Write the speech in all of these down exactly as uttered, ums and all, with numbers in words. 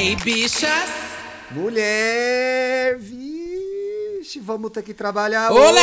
aí, bichas? Mulher, vixe, vamos ter que trabalhar Olá!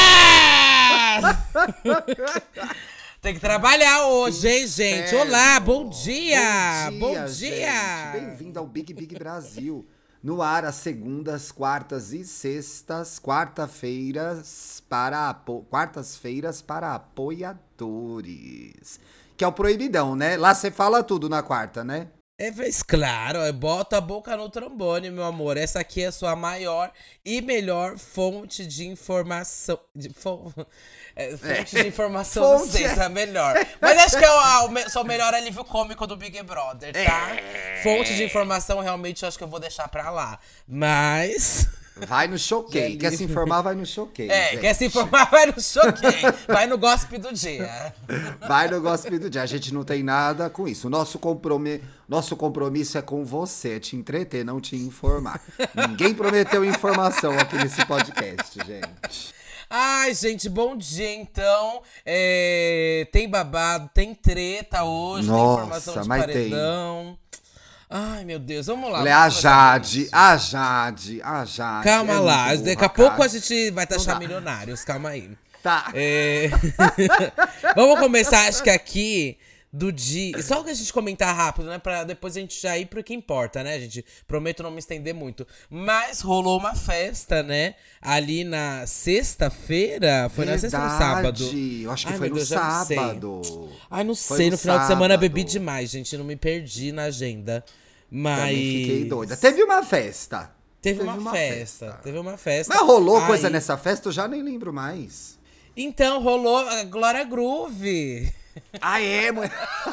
hoje. Tem que trabalhar hoje, hein, gente? Inferno. Olá, bom dia! Bom dia, Bom dia! gente. Bem-vindo ao Big Big Brasil. No ar, às segundas, quartas e sextas, quarta-feiras para apo... quartas-feiras para apoiadores. Que é o proibidão, né? Lá você fala tudo na quarta, né? É, mas claro, é, bota a boca no trombone, meu amor. Essa aqui é a sua maior e melhor fonte de informação. De, fo, é, fonte É. de informação, Fonte, não sei é. se é a melhor. Mas acho que é o, o, sou o melhor alívio cômico do Big Brother, tá? É. Fonte de informação, realmente, eu acho que eu vou deixar pra lá. Mas... Vai no Choquei. Quer se informar, vai no Choquei. É, gente. quer se informar, vai no Choquei. Vai no Gossip do Dia. Vai no Gossip do Dia. A gente não tem nada com isso. O nosso, compromi... nosso compromisso é com você, é te entreter, não te informar. Ninguém prometeu informação aqui nesse podcast, gente. Ai, gente, bom dia, então. É, tem babado, tem treta hoje, Nossa, tem informação de mas paredão. Ai, meu Deus, vamos lá. Olha, a vamos começar Jade, isso. a Jade, a Jade. Calma é lá, muito daqui burra, a pouco cara. a gente vai taxar dá. milionários, calma aí. Tá. É... Vamos começar, acho que aqui, do dia... Só que a gente comentar rápido, né? Pra depois a gente já ir pro que importa, né, gente? Prometo não me estender muito. Mas rolou uma festa, né? Ali na sexta-feira. Foi na sexta ou no sábado? Eu acho que Ai, foi meu no Deus, já não sei. sábado. Ai, não Foi sei. no No final de semana sábado. bebi demais, gente. Não me perdi na agenda. Mas... Também fiquei doida. Teve uma festa. Teve, Teve uma, uma festa, festa. Teve uma festa. Mas rolou Aí- coisa nessa festa? Eu já nem lembro mais. Então, rolou a Glória Groove. Ah, é, mãe?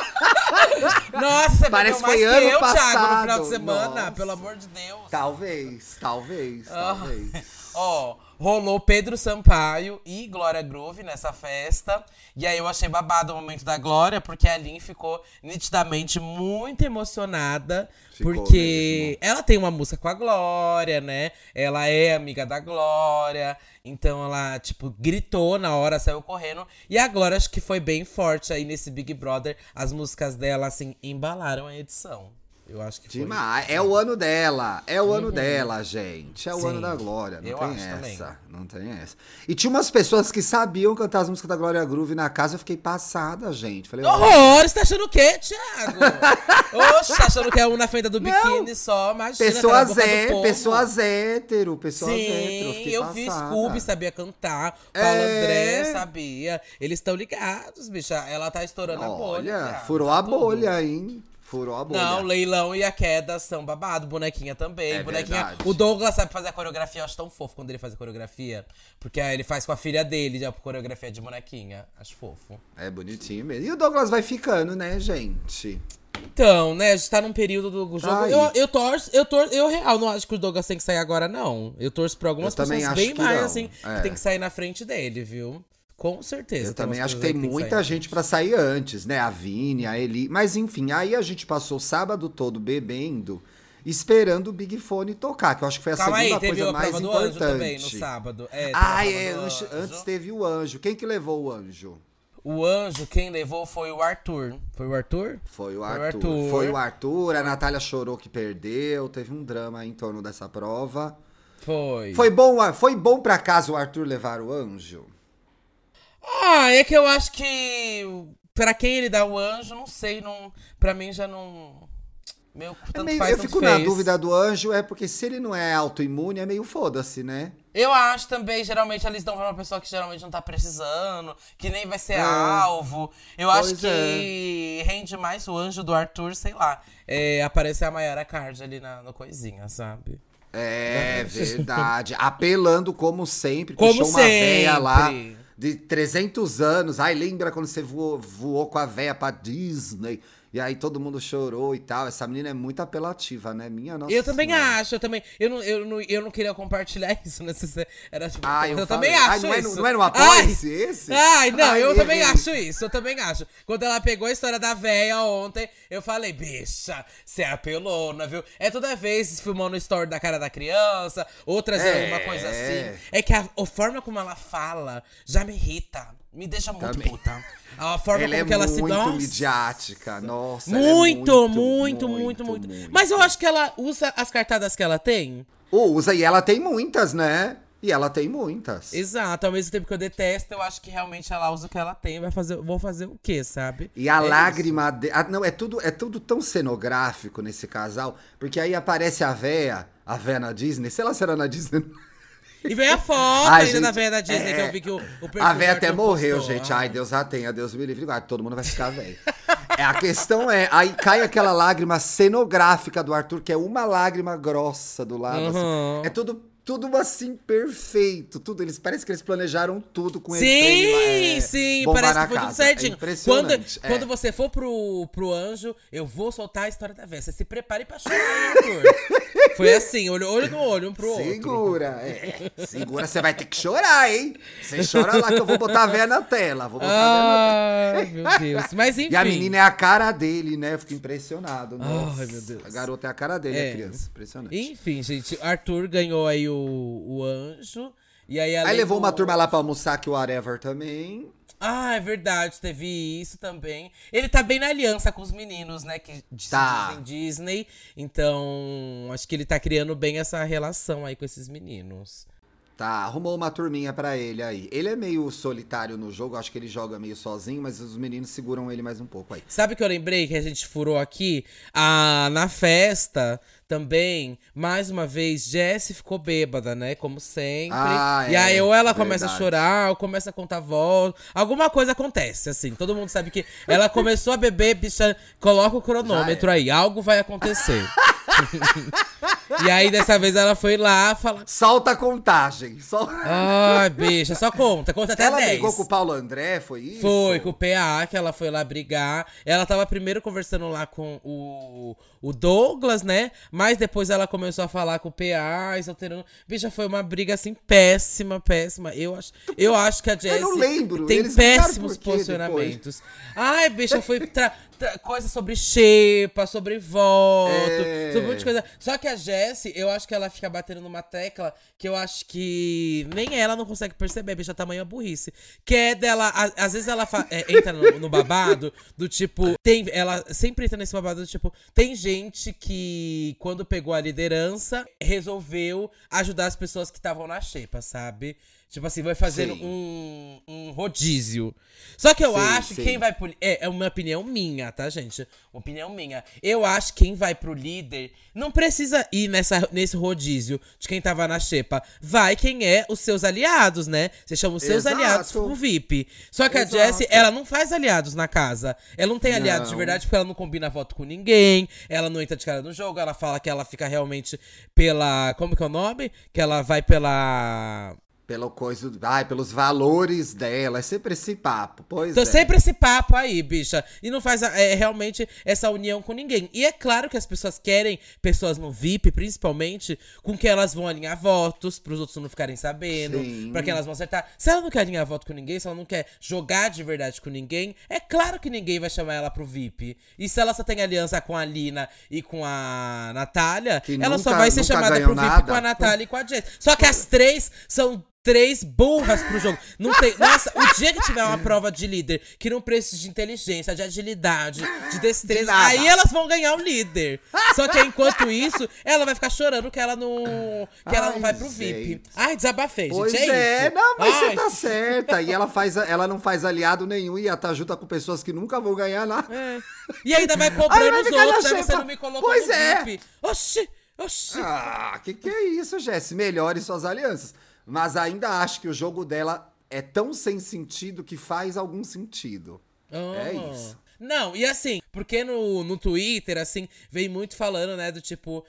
Nossa, você Parece bebeu mais que foi que ano eu, Thiago, no passado. final de semana. Nossa. Pelo amor de Deus. Talvez, talvez, Ah. talvez. Ó, rolou Pedro Sampaio e Glória Groove nessa festa. E aí eu achei babado o momento da Glória, porque a Lin ficou nitidamente muito emocionada. Ficou porque mesmo. ela tem uma música com a Glória, né? Ela é amiga da Glória. Então ela, tipo, gritou na hora, saiu correndo. E a Glória acho que foi bem forte aí nesse Big Brother. As músicas dela, assim, embalaram a edição. Eu acho que foi. Demais. É o ano dela. É o ano dela, gente. É o Sim, ano da Glória. Não eu tem acho essa. também. Não tem essa. E tinha umas pessoas que sabiam cantar as músicas da Glória Groove na casa. Eu fiquei passada, gente. Falei, ó, Horror! Você tá achando o quê, Thiago? Oxe, tá achando que é um na frenda do biquíni Não. só? Imagina, pessoas, cala a boca é, do povo. pessoas hétero. Pessoas hétero. Sim, fiquei eu vi passada. Scooby, sabia cantar. Paulo É. André sabia. Eles estão ligados, bicha. Ela tá estourando a bolha. Olha, viado, furou tá a tudo. bolha, hein? Furou a bolha. Não, Leilão e a Queda são babado. Bonequinha também. É Bonequinha. verdade. O Douglas sabe fazer a coreografia. Eu acho tão fofo quando ele faz a coreografia. Porque aí ele faz com a filha dele, já a coreografia de bonequinha. Acho fofo. É bonitinho mesmo. E o Douglas vai ficando, né, gente? Então, né, a gente tá num período do jogo. Ai. Eu, eu torço, eu torço, eu real não acho que o Douglas tem que sair agora, não. Eu torço pra algumas Eu também pessoas acho bem que mais, não. assim, É. que tem que sair na frente dele, viu? Com certeza. Eu tem também umas acho que coisas tem aí muita sair. gente pra sair antes, né? A Vini, a Eli. Mas enfim, aí a gente passou o sábado todo bebendo, esperando o Big Fone tocar, que eu acho que foi a Calma segunda aí, teve coisa a mais prova do importante. anjo também, no sábado. É, teve a Ah, prova é. do Antes, anjo. antes teve o anjo. Quem que levou o anjo? O anjo, quem levou foi o Arthur. Foi o Arthur? Foi o Foi o Arthur. Arthur. Foi o Arthur. A Natália chorou que perdeu. Teve um drama aí em torno dessa prova. Foi. Foi bom, foi bom pra casa o Arthur levar o anjo? Ah, é que eu acho que pra quem ele dá o anjo, não sei, não, pra mim já não... Meu, É tanto meio- faz, eu tanto fico na fez. dúvida do anjo, é porque se ele não é autoimune, é meio foda-se, né? Eu acho também, geralmente, eles dão pra uma pessoa que geralmente não tá precisando, que nem vai ser É. alvo. Eu Pois acho que rende mais o anjo do Arthur, sei lá, é, aparecer a Mayara Card ali na, no coisinha, sabe? É verdade. Apelando como sempre. Como puxou uma véia sempre. lá de trezentos anos. Ai, lembra quando você voou, voou com a véia pra Disney? E aí todo mundo chorou e tal. Essa menina é muito apelativa, né? Minha nossa Eu também senhora. acho, eu também. Eu não, eu, não, eu não queria compartilhar isso, né? Se- Era, tipo, Ah, eu, eu falei. também acho Ai, não é, isso. no- não é no Apoia-se esse? Ai, não, Ai, eu também errei. acho isso, eu também acho. Quando ela pegou a história da véia ontem, eu falei, bicha, você é apelona, viu? É toda vez filmando o story da cara da criança, outras é É. alguma coisa assim. É que a, a forma como ela fala já me irrita. Me deixa muito Também. puta. A forma Ela como é que ela se... muito Nossa. midiática, nossa. ela é Muito, muito, muito, muito, muito. Mas eu acho que ela usa as cartadas que ela tem. Oh, usa, e ela tem muitas, né? E ela tem muitas. Exato, ao mesmo tempo que eu detesto, eu acho que realmente ela usa o que ela tem. Vai fazer, vou fazer o quê, sabe? E a É lágrima... De... ah, não, é tudo, é tudo tão cenográfico nesse casal, porque aí aparece a véia, a véia na Disney, sei lá se era na Disney... E veio a foto Ai, ainda gente, da véia da Disney, é, que eu vi que o, o perfil a véia do até Arthur morreu, postou. gente. Ai. Ai, Deus a tenha, Deus me livre. Ai, todo mundo vai ficar velho. É, a questão é, aí cai aquela lágrima cenográfica do Arthur, que é uma lágrima grossa do lado. Uhum. Assim. É tudo, tudo assim, perfeito. Tudo, eles, parece que eles planejaram tudo com Sim, efeito, é, sim, bomba parece na que foi tudo casa. certinho. É impressionante. Quando, é. quando você for pro, pro anjo, eu vou soltar a história da véia. Você se prepare pra chorar, hein, Arthur. Foi assim, olho, olho no olho, um pro outro. Segura, é. Segura, você vai ter que chorar, hein? Você chora lá que eu vou botar a véia na tela. Vou botar a véia na tela. Ai, meu Deus. Mas enfim. E a menina é a cara dele, né? Eu fico impressionado. Nossa, Ai, meu Deus. A garota é a cara dele, É. a criança. Impressionante. Enfim, gente, Arthur ganhou aí o, o anjo. E aí, Aí além levou do- uma turma lá pra almoçar, que o Whatever também. Ah, é verdade, teve isso também. Ele tá bem na aliança com os meninos, né? Que se Tá. dizem Disney. Então, acho que ele tá criando bem essa relação aí com esses meninos. Tá, arrumou uma turminha pra ele aí. Ele é meio solitário no jogo, acho que ele joga meio sozinho, mas os meninos seguram ele mais um pouco aí. Sabe o que eu lembrei que a gente furou aqui? Ah, na festa também, mais uma vez, Jessie ficou bêbada, né? Como sempre. Ah, e é, aí, ou ela começa verdade. a chorar, ou começa a contar voz. Alguma coisa acontece, assim. Todo mundo sabe que ela começou a beber, bicha, coloca o cronômetro aí. Algo vai acontecer. E aí, dessa vez, ela foi lá falar. Solta a contagem. Sol... Ai, bicha, só conta. Conta até Ela dez. brigou com o Paulo André, foi isso? Foi, com o P A, que ela foi lá brigar. Ela tava primeiro conversando lá com o, o Douglas, né? Mas depois ela começou a falar com o P A, exalterando. Bicha, foi uma briga, assim, péssima, péssima. Eu acho, eu acho que a Jessie não lembro, tem eles brigaram péssimos por quê posicionamentos. Ai, bicha, foi tra- tra- coisa sobre xepa, sobre voto, É. sobre um monte de coisa. Só que a Jessie, eu acho que ela fica batendo numa tecla que eu acho que nem ela não consegue perceber, bicha, tamanha burrice. Que é dela, a- às vezes ela fa- é, entra no, no babado do tipo, tem, ela sempre entra nesse babado do tipo, tem gente que quando pegou a liderança, resolveu ajudar as pessoas que estavam na xepa, sabe? Tipo assim, vai fazendo Sim. um, um rodízio. Só que eu Sim, acho que sim. quem vai pro... É, é uma opinião minha, tá, gente? Uma opinião minha. Eu acho que quem vai pro líder não precisa ir nessa, nesse rodízio de quem tava na xepa. Vai quem é os seus aliados, né? Você chama os seus Exato. aliados pro V I P. Só que Exato. a Jessie, ela não faz aliados na casa. Ela não tem aliados de Não. verdade porque ela não combina voto com ninguém. Ela não entra de cara no jogo. Ela fala que ela fica realmente pela... Como que é o nome? Que ela vai pela... Pelo coisa, ai, pelos valores dela, é sempre esse papo, pois Então é. sempre esse papo aí, bicha. E não faz é, realmente essa união com ninguém. E é claro que as pessoas querem pessoas no V I P, principalmente, com quem elas vão alinhar votos, pros outros não ficarem sabendo, Sim. pra quem elas vão acertar. Se ela não quer alinhar voto com ninguém, se ela não quer jogar de verdade com ninguém, é claro que ninguém vai chamar ela pro V I P. E se ela só tem aliança com a Lina e com a Natália, Que ela só nunca- vai ser nunca chamada ganham pro V I P nada. com a Natália e com a Jess. Só que as três são três burras pro jogo. Não tem. Nossa, o dia que tiver uma prova de líder que não precisa de inteligência, de agilidade, de destreza, De nada. aí elas vão ganhar o líder. Só que enquanto isso, ela vai ficar chorando que ela não. Que ela não Ai, vai pro V I P. gente. Ai, desabafei, gente. Pois é, é, isso. não, mas Ai, você tá certa. E ela, faz, a- ela não faz aliado nenhum e ela tá junto com pessoas que nunca vão ganhar nada. é. E ainda vai Aí cobrando vai os ficar na outros, aí você xepa. não me colocou Pois no é. V I P. Oxi, oxi. Ah, que que é isso, Jess? Melhore suas alianças. Mas ainda acho que o jogo dela é tão sem sentido que faz algum sentido. É Ah. isso. Não, e assim, porque no, no Twitter, assim, vem muito falando, né, do tipo,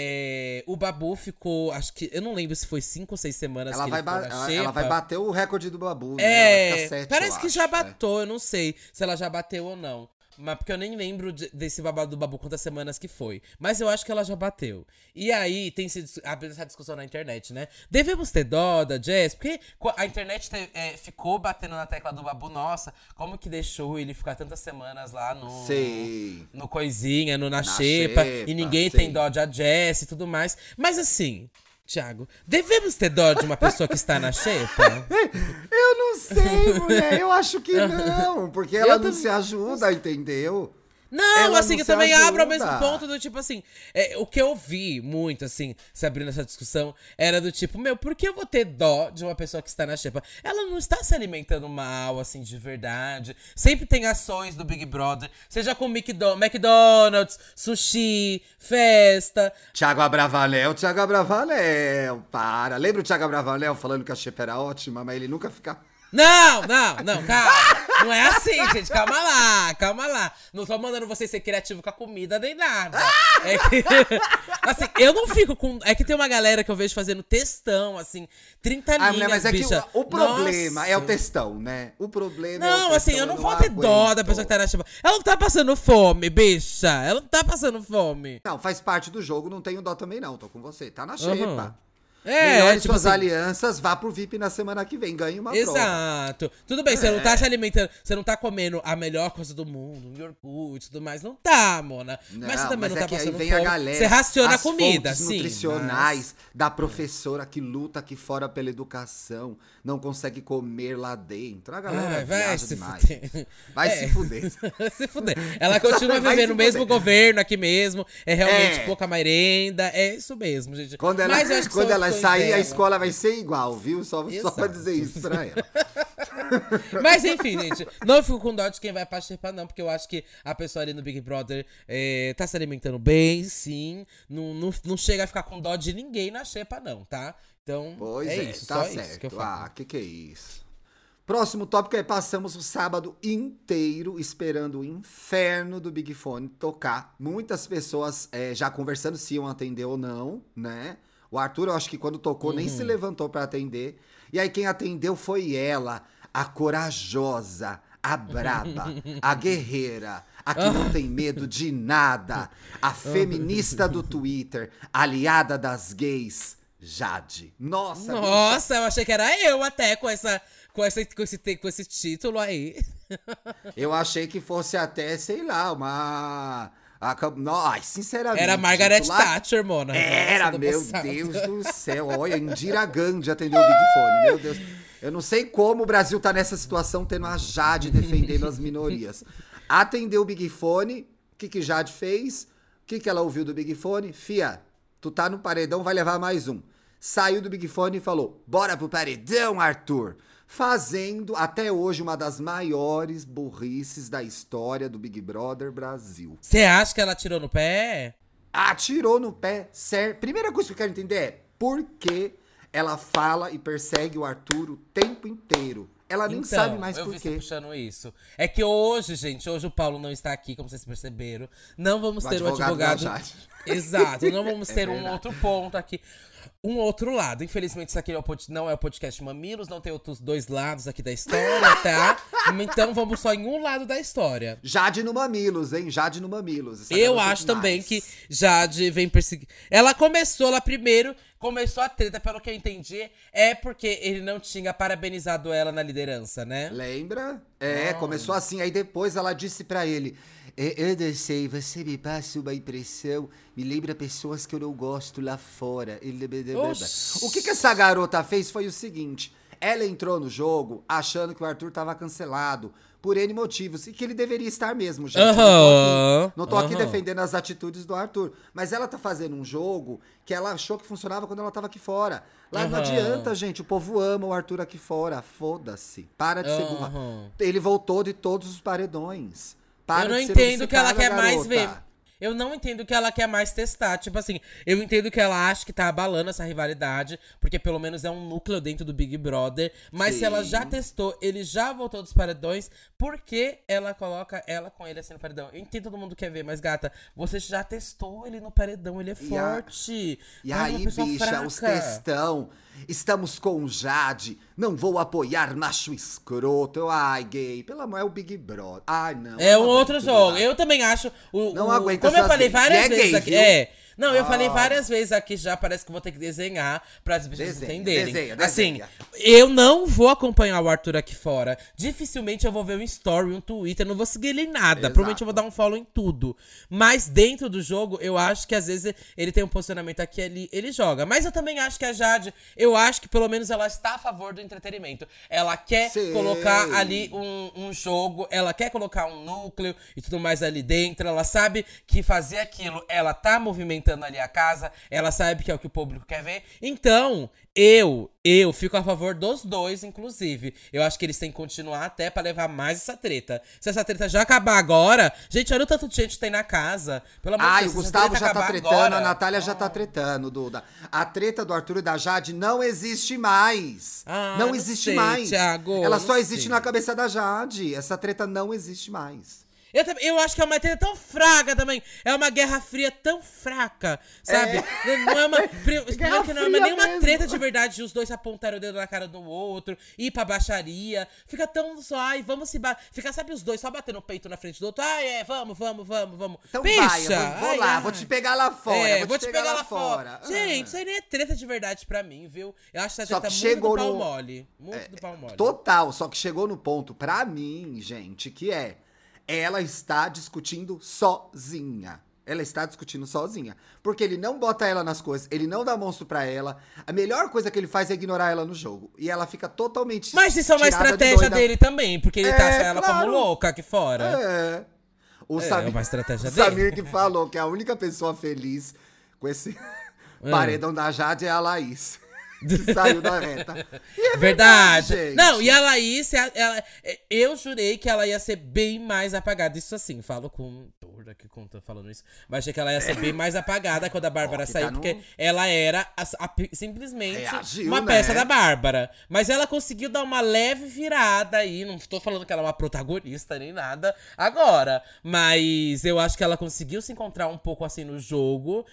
é, o Babu ficou, acho que, eu não lembro se foi cinco ou seis semanas Ela que vai, ele ficou ba- na ela, xepa. ela vai bater o recorde do Babu, né? Ela vai É, ficar sete, parece eu que acho, já é. bateu, eu não sei se ela já bateu ou não. Mas porque eu nem lembro de- desse babado do Babu quantas semanas que foi. Mas eu acho que ela já bateu. E aí tem se dis- abrindo essa discussão na internet, né? Devemos ter dó da Jess? Porque co- a internet te- é, ficou batendo na tecla do Babu. Nossa, como que deixou ele ficar tantas semanas lá no... Sei. No coisinha, no na, Na xepa, xepa, e ninguém sei. tem dó de a Jess e tudo mais. Mas assim, Thiago, devemos ter dó de uma pessoa que está na xepa? Eu Eu não sei, mulher. Eu acho que não. Porque ela Eu não tam- se ajuda, entendeu? Não, Ela assim, não eu se também abro ao ajuda. mesmo ponto do tipo assim. É, o que eu vi muito, assim, se abrindo essa discussão, era do tipo, meu, por que eu vou ter dó de uma pessoa que está na xepa? Ela não está se alimentando mal, assim, de verdade. Sempre tem ações do Big Brother, seja com McDo- McDonald's, sushi, festa. Thiago Abravanel, Thiago Abravanel, para. Lembra o Thiago Abravanel falando que a xepa era ótima, mas ele nunca fica... Não, não, não, calma. Não é assim, gente. Calma lá, calma lá. Não tô mandando você ser criativo com a comida nem nada. É que, assim, eu não fico com. É que tem uma galera que eu vejo fazendo textão, assim, trinta Ah, linhas, mulher, mas é bicha. que o, o problema Nossa. é o textão, né? O problema é o Não, textão. assim, eu não vou ter dó da aguento. pessoa que tá na xepa. Ela não tá passando fome, bicha. Ela não tá passando fome. Não, faz parte do jogo, não tenho dó também não, tô com você. Tá na xepa. Uhum. É, Melhore tipo suas assim, alianças, vá pro V I P na semana que vem, ganhe uma prova. exato. Tudo bem, você não É. tá se alimentando, você não tá comendo a melhor coisa do mundo, um Yorkut e tudo mais. Não tá, Mona. Não, mas você também não é tá que aí passando vem fome. a galera, Você raciona a as comida, fontes sim. nutricionais da professora que luta aqui fora pela educação, não consegue comer lá dentro. A galera Ai, vai viaja se demais. fuder. Vai É. se fuder. Se fuder. Ela continua Vai vivendo se o mesmo fuder. governo aqui mesmo. É realmente É. pouca merenda. É isso mesmo, gente. Quando ela, Mas eu acho que quando são ela opções sair, a dela. escola vai ser igual, viu? Só, só Exato. pra dizer isso pra ela. Mas enfim, gente, não fico com dó de quem vai pra xepa, não, porque eu acho que a pessoa ali no Big Brother é, tá se alimentando bem, sim. Não, não, não chega a ficar com dó de ninguém na xepa, não, tá? Então, Pois é, é, isso, tá só certo. isso que eu falo. Ah, que que é isso? Próximo tópico é: passamos o sábado inteiro esperando o inferno do Big Fone tocar. Muitas pessoas é, já conversando se iam atender ou não, né? O Arthur, eu acho que quando tocou, nem se levantou pra atender. E aí quem atendeu foi ela, a corajosa, a braba, a guerreira, a que não tem medo de nada, a feminista do Twitter, aliada das gays, Jade. Nossa, bicha. Nossa, eu achei que era eu até com essa. Com esse, com, esse, com esse título aí. Eu achei que fosse até, sei lá, uma... A, cam- não, ai, sinceramente. Era Margaret gente, lá- Thatcher, Mona. Era, Nossa, do meu passado. Deus do céu. Olha, Indira Gandhi atendeu o Big Fone, meu Deus. Eu não sei como o Brasil tá nessa situação, tendo a Jade defendendo as minorias. Atendeu o Big Fone, o que que Jade fez? O que que ela ouviu do Big Fone? Fia, tu tá no paredão, vai levar mais um. Saiu do Big Fone e falou, bora pro paredão, Arthur. Fazendo, até hoje, uma das maiores burrices da história do Big Brother Brasil. Você acha que ela tirou no pé? Atirou no pé, certo? Primeira coisa que eu quero entender é por que ela fala e persegue o Arthur o tempo inteiro. Ela nem Então, sabe mais eu por vi você quê. puxando isso. É que hoje, gente, hoje o Paulo não está aqui, como vocês perceberam. Não vamos O ter o advogado da advogado. Jade. Exato, não vamos É ter um verdade. outro ponto aqui. Um outro lado. Infelizmente, isso aqui é o pod- não é o podcast Mamilos, não tem outros dois lados aqui da história, tá? Então vamos só em um lado da história. Jade no Mamilos, hein? Jade no Mamilos. Essa Eu garota acho demais. também que Jade vem perseguir. Ela começou lá primeiro, começou a treta, pelo que eu entendi, é porque ele não tinha parabenizado ela na liderança, né? Lembra? É, Ah. começou assim. Aí depois ela disse pra ele: "É, eu não sei, você me passa uma impressão, me lembra pessoas que eu não gosto lá fora." Ele... Oxi. O que, que essa garota fez foi o seguinte: ela entrou no jogo achando que o Arthur tava cancelado por N motivos e que ele deveria estar mesmo, gente. Eu Não tô Aham, aqui, não tô aqui aham. defendendo as atitudes do Arthur, mas ela tá fazendo um jogo que ela achou que funcionava quando ela tava aqui fora. Lá não Aham. adianta, gente. O povo ama o Arthur aqui fora. Foda-se. Para de ser burra. Aham. Ele voltou de todos os paredões. Para eu não de ser entendo o que ela obcecada, quer mais ver. garota. Eu não entendo o que ela quer mais testar. Tipo assim, eu entendo que ela acha que tá abalando essa rivalidade, porque pelo menos é um núcleo dentro do Big Brother. Mas se ela já Sim. testou, ele já voltou dos paredões, por que ela coloca ela com ele assim no paredão? Eu entendo, todo mundo quer ver, mas gata, você já testou ele no paredão, ele é E a- forte. E Não é uma aí, pessoa bicha, fraca. os textão. Estamos com o Jade. Não vou apoiar macho escroto. Eu, ai, gay. Pelo amor, é o Big Brother. Ai, não. É eu um não outro aguento jogo. mais. Eu também acho. O, Não o- aguento Como eu essas falei gays. várias E é vezes gay, aqui. viu? É. Não, eu Ah. falei várias vezes aqui já, parece que vou ter que desenhar para as pessoas Desenha, entenderem. desenha, Assim, desenha. eu não vou acompanhar o Arthur aqui fora. Dificilmente eu vou ver um story, um Twitter, não vou seguir ele em nada. Exato. Provavelmente eu vou dar um follow em tudo. Mas dentro do jogo, eu acho que às vezes ele tem um posicionamento aqui, ele, ele joga. Mas eu também acho que a Jade, eu acho que pelo menos ela está a favor do entretenimento. Ela quer Sei. colocar ali um, um jogo, ela quer colocar um núcleo e tudo mais ali dentro. Ela sabe que fazer aquilo, ela tá movimentando ali a casa, ela sabe que é o que o público quer ver. Então, eu, eu fico a favor dos dois, inclusive. Eu acho que eles têm que continuar até pra levar mais essa treta. Se essa treta já acabar agora, gente, olha o tanto de gente que tem na casa. Pelo amor de Ai, Deus, o se essa Gustavo treta já tá acabar tretando, agora- a Natália já tá tretando, Duda. A treta do Arthur e da Jade não existe mais. Ah, não não existe sei, mais. Thiago, Ela não só existe sei. na cabeça da Jade. Essa treta não existe mais. Eu, tam- eu acho que é uma treta tão fraca também. É uma guerra fria tão fraca, sabe? Não é uma. pri- primeiro que não é fria nenhuma mesmo. treta de verdade de os dois apontarem o dedo na cara do outro, ir pra baixaria. Fica tão só, ai, vamos se bater. Fica, sabe, os dois só batendo o peito na frente do outro. Ai, é, vamos, vamos, vamos, vamos. Então Bicha, vai, eu vou, vou ai, lá, ai. vou te pegar lá fora. É, vou, te pegar, lá fora. Gente, Ah. isso aí nem é treta de verdade pra mim, viu? Eu acho essa Só treta que muito chegou do pau no- mole. Muito do pau mole. Total, só que chegou no ponto, pra mim, gente, que é... Ela está discutindo sozinha. Ela está discutindo sozinha. Porque ele não bota ela nas coisas, ele não dá monstro pra ela. A melhor coisa que ele faz é ignorar ela no jogo. E ela fica totalmente Mas isso é uma tirada de estratégia doida. dele também, porque ele É, taxa ela claro. como louca aqui fora. É. O É, Samir, é uma estratégia o dele. Samir que falou que a única pessoa feliz com esse É. paredão da Jade é a Laís. Que saiu da reta. E é Verdade. gente. Não, e a Laís, ela, ela- eu jurei que ela ia ser bem mais apagada. Isso assim, falo com dor aqui quando tô falando isso. Mas achei que ela ia ser bem mais apagada quando a Bárbara Ó, que tá saiu, no- porque ela era a- a- simplesmente Reagiu, uma né? peça da Bárbara. Mas ela conseguiu dar uma leve virada aí. Não tô falando que ela é uma protagonista nem nada agora. Mas eu acho que ela conseguiu se encontrar um pouco assim no jogo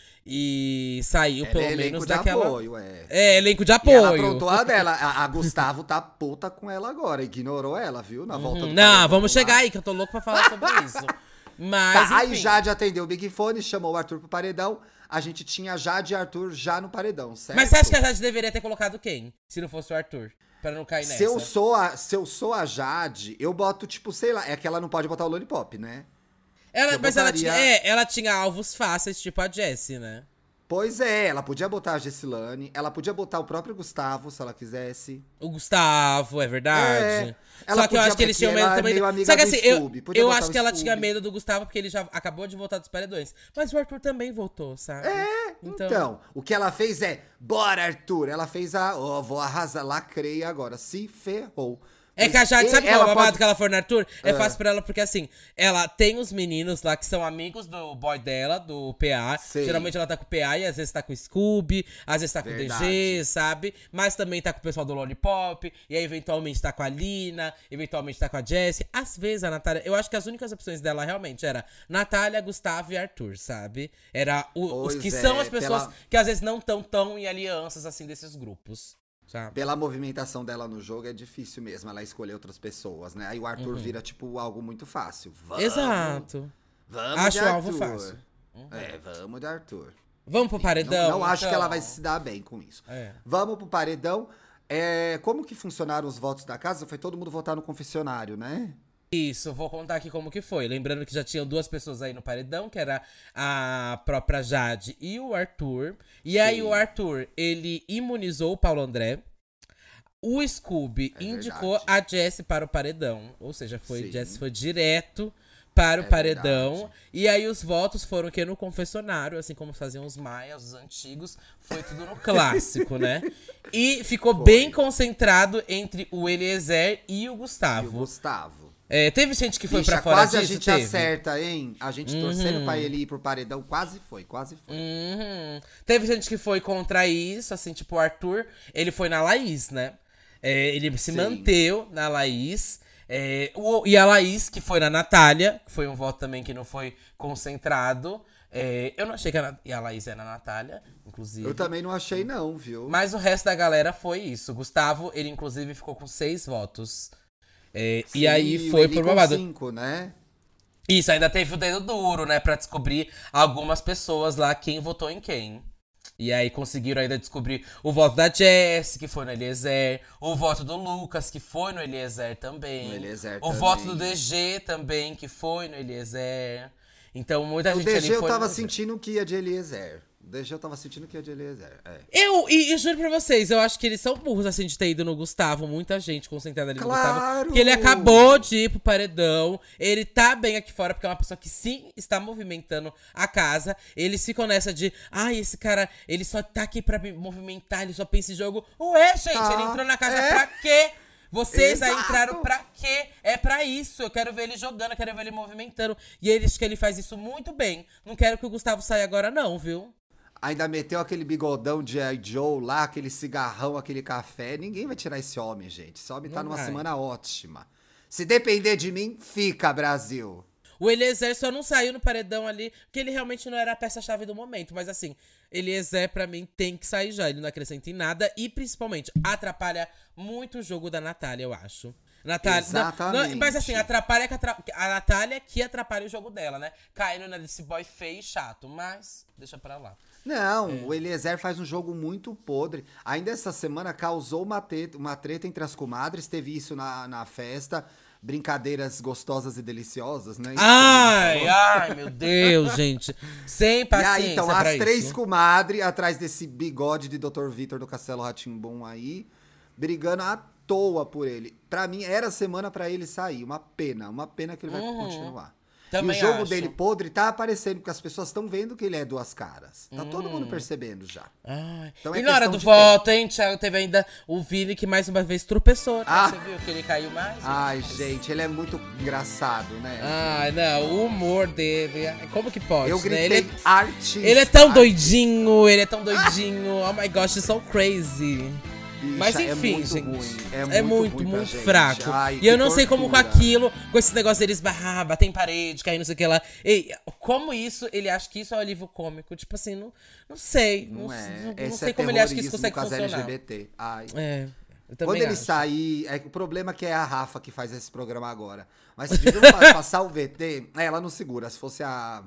e saiu Ela pelo é elenco menos de daquela. apoio, é. É, elenco de E apoio. ela aprontou a dela. A, a Gustavo tá puta com ela agora. Ignorou ela, viu? Na volta do Não, paredão vamos lá. chegar aí, que eu tô louco pra falar sobre isso. Mas, Tá, aí enfim. Jade atendeu o Big Fone, chamou o Arthur pro paredão. A gente tinha Jade e Arthur já no paredão, certo? Mas você acha que a Jade deveria ter colocado quem? Se não fosse o Arthur? Pra não cair nessa. Se eu, sou a, se eu sou a Jade, eu boto, tipo, sei lá, é que ela não pode botar o Lollipop, né? Ela, eu mas ela botaria- tinha, é, ela tinha alvos fáceis, tipo a Jessie, né? Pois é, ela podia botar a Gessilane, ela podia botar o próprio Gustavo, se ela quisesse. O Gustavo, é verdade. É, ela Só que eu podia, acho que eles porque tinham medo ela é também. meio do- amiga Só que do assim, eu, Scooby, podia eu botar acho o que ela Scooby. tinha medo do Gustavo porque ele já acabou de voltar dos paredões. Mas o Arthur também voltou, sabe? É, então, o que ela fez é, bora Arthur, ela fez a, ó, vou arrasar, lacrei agora, se ferrou. É que a Jade, E sabe qual é o babado pode- que ela for no Arthur? É Ah. fácil pra ela, porque assim, ela tem os meninos lá que são amigos do boy dela, do P A. Sei. Geralmente ela tá com o P A e às vezes tá com o Scooby, às vezes tá com o D G, Verdade. sabe? Mas também tá com o pessoal do Lollipop, e aí eventualmente tá com a Lina, eventualmente tá com a Jessie. Às vezes a Natália, eu acho que as únicas opções dela realmente era Natália, Gustavo e Arthur, sabe? Era o- os Pois que é, são as pessoas pela- que às vezes não tão tão em alianças assim desses grupos, sabe? Pela movimentação dela no jogo, é difícil mesmo ela escolher outras pessoas, né? Aí o Arthur vira, tipo, algo muito fácil. Vamos, Exato. Vamos Acho de o alvo Arthur. fácil. É, vamos de Arthur. Vamos pro paredão? Não, não acho que então? ela vai se dar bem com isso. É. Vamos pro paredão. É, como que funcionaram os votos da casa? Foi todo mundo votar no confessionário, né? Isso, vou contar aqui como que foi. Lembrando que já tinham duas pessoas aí no paredão, que era a própria Jade e o Arthur. E aí Sim. o Arthur, ele imunizou o Paulo André. O Scooby É indicou verdade. a Jessie para o paredão. Ou seja, foi, Sim. Jessie foi direto para o É paredão. verdade. E aí os votos foram que no confessionário, assim como faziam os maias, os antigos, foi tudo no clássico, né? E ficou Foi. bem concentrado entre o Eliezer e o E o Gustavo. Gustavo. É, teve gente que foi Bicha, pra fora quase disso, a gente teve? acerta, hein? A gente torcendo Uhum. pra ele ir pro paredão. Quase foi, quase foi. Uhum. Teve gente que foi contra isso, assim, tipo o Arthur, ele foi na Laís, né? É, ele se Sim. manteve na Laís. É, o- e a Laís, que foi na Natália, que foi um voto também que não foi concentrado. É, eu não achei que a, Na- e a Laís é na Natália, inclusive. Eu também não achei, não, viu? Mas o resto da galera foi isso. Gustavo, ele inclusive ficou com seis votos. É, e Sim, aí o foi Eli por com babado. cinco, né? Isso, ainda teve o dedo duro, né? Pra descobrir algumas pessoas lá quem votou em quem. E aí conseguiram ainda descobrir o voto da Jess, que foi no Eliezer. O voto do Lucas, que foi no Eliezer também. No Eliezer o também. voto do D G também, que foi no Eliezer. Então muita O gente ali D G eu foi tava no sentindo que ia de Eliezer. O D G eu tava sentindo que ia de Eliezer. É. Eu, e, e juro pra vocês, eu acho que eles são burros, assim, de ter ido no Gustavo. Muita gente concentrada ali no Gustavo. Claro! Porque ele acabou de ir pro paredão. Ele tá bem aqui fora, porque é uma pessoa que sim está movimentando a casa. Eles ficam nessa de, ai, esse cara, ele só tá aqui pra me movimentar, ele só pensa em jogo. Ué, gente, Tá, ele entrou na casa é. pra quê? Vocês aí Exato. entraram pra quê? É pra isso. Eu quero ver ele jogando, eu quero ver ele movimentando. E ele acho que ele faz isso muito bem. Não quero que o Gustavo saia agora, não, viu? Ainda meteu aquele bigodão de I. Joe lá, aquele cigarrão, aquele café. Ninguém vai tirar esse homem, gente. Esse homem tá Não numa vai. semana ótima. Se depender de mim, fica, Brasil. O Eliezer só não saiu no paredão ali, porque ele realmente não era a peça-chave do momento. Mas assim, Eliezer pra mim tem que sair já. Ele não acrescenta em nada e principalmente atrapalha muito o jogo da Natália, eu acho. Natália, Exatamente. Não, não, mas assim, atrapalha que atra- a Natália que atrapalha o jogo dela, né? Caindo nesse boy feio e chato, mas deixa pra lá. Não, É. o Eliezer faz um jogo muito podre. Ainda essa semana causou uma treta, uma treta entre as comadres. Teve isso na, na festa. Brincadeiras gostosas e deliciosas, né? Isso que a gente Ai, falou. ai, meu Deus, gente. Sem E paciência aí, então, pra as três isso. comadres, atrás desse bigode de doutor Vitor do Castelo Rá-Tim-Bum aí, brigando à toa por ele. Pra mim, era semana pra ele sair. Uma pena, uma pena que ele vai Uhum. continuar. Também e o jogo acho. dele podre tá aparecendo, porque as pessoas estão vendo que ele é duas caras. Tá todo Hum. mundo percebendo já. Ai. Então é E na hora questão do de voto, hein, Thiago, teve ainda o Vini que mais uma vez tropeçou, né? Ah. Você viu que ele caiu mais? Ai, gente, ele é muito engraçado, né? Ai, não, o humor dele. ai, Como que pode? Eu né? gritei Ele, é, artista. ele é tão doidinho, ele é tão doidinho. Oh my gosh, so crazy. Bicha, Mas é enfim, muito gente. ruim, É muito, ruim pra muito gente. fraco. Ai, e eu que não sei como com tortura. aquilo, com esse negócio deles barrar, bater em parede, cair não sei o que lá. Ei, como isso, ele acha que isso é um alívio cômico? Tipo assim, não, não sei. Não, Não é. não, não Esse sei é como ele acha que isso terrorismo consegue com as funcionar. L G B T. Ai. É, eu também Quando ele acho. sair, é que o problema é que é a Rafa que faz esse programa agora. Mas se deviam pa- passar o V T, é, ela não segura. Se fosse a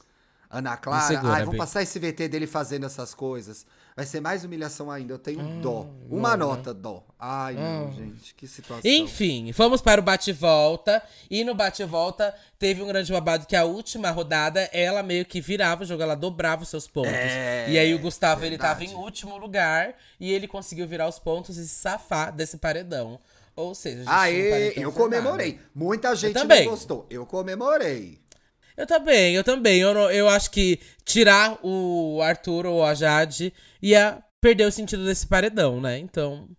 Ana Clara, segura, ai, vamos Bi. passar esse V T dele fazendo essas coisas. Vai ser mais humilhação ainda. Eu tenho dó. não, Uma né? nota, dó. Ai, não, Ah. gente, que situação. Enfim, fomos para o bate-volta. E no bate-volta teve um grande babado que a última rodada, ela meio que virava o jogo, ela dobrava os seus pontos. É, e aí o Gustavo, ele tava verdade. em último lugar. E ele conseguiu virar os pontos e se safar desse paredão. Ou seja, a gente tinha um Aê, paredão eu formado. comemorei. Muita gente não também. gostou. Eu comemorei. Eu também, eu também. Eu, não- eu acho que tirar o Arthur ou a Jade ia perder o sentido desse paredão, né? Então.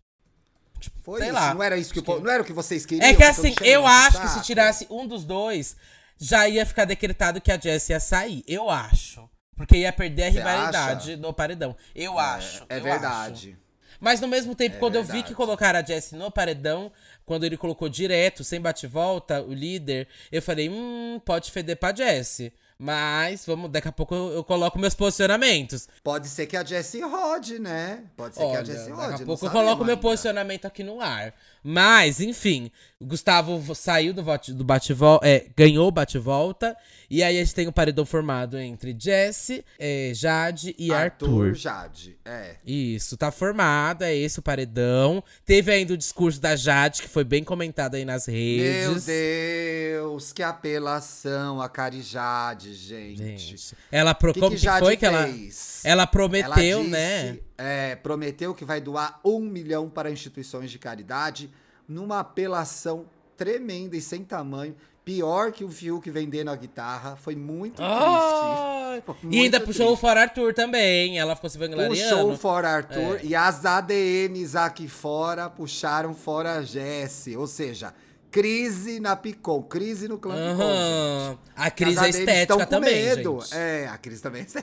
Foi Sei isso. lá. Não era isso que, o Acho po- que- não era o que vocês queriam? É que Então assim, deixa eu encher o acho que se saco. tirasse um dos dois, já ia ficar decretado que a Jess ia sair. Eu acho. Porque ia perder a Você rivalidade acha? do paredão. Eu acho. É eu verdade. acho. Mas no mesmo tempo, É quando eu vi verdade. que colocaram a Jess no paredão, quando ele colocou direto, sem bate-volta, o líder, eu falei, hum, pode feder pra Jess. Mas, vamos, daqui a pouco eu, eu coloco meus posicionamentos. Pode ser que a Jessie rode, né? Pode ser que Olha, a Jessie daqui rode. a não pouco eu sabemos coloco meu ainda. posicionamento aqui no ar. Mas, enfim, o Gustavo vo- saiu do, vote- do bate-volta, é, ganhou o bate-volta. E aí a gente tem um paredão formado entre Jesse, é, Jade e Arthur. Jade, é. Isso, tá formado, é esse o paredão. Teve ainda o discurso da Jade, que foi bem comentado aí nas Meu redes. Deus, que apelação a Carijade, gente. Gente, ela pro... Que como que que Jade foi que ela, fez? ela prometeu, Ela disse, né? É, prometeu que vai doar um milhão para instituições de caridade numa apelação tremenda e sem tamanho. Pior que o Fiuk vendendo a guitarra. Foi muito triste. Ai, Foi e ainda muito puxou o triste. fora Arthur também. Ela ficou se O vangloriando. show fora Arthur É. e as A D Ms aqui fora puxaram fora a Jessie. Ou seja, crise na Picon, crise no clã Picon, Aham. gente. A crise As é A D Ms estética tão com também, medo. gente. É, a crise também é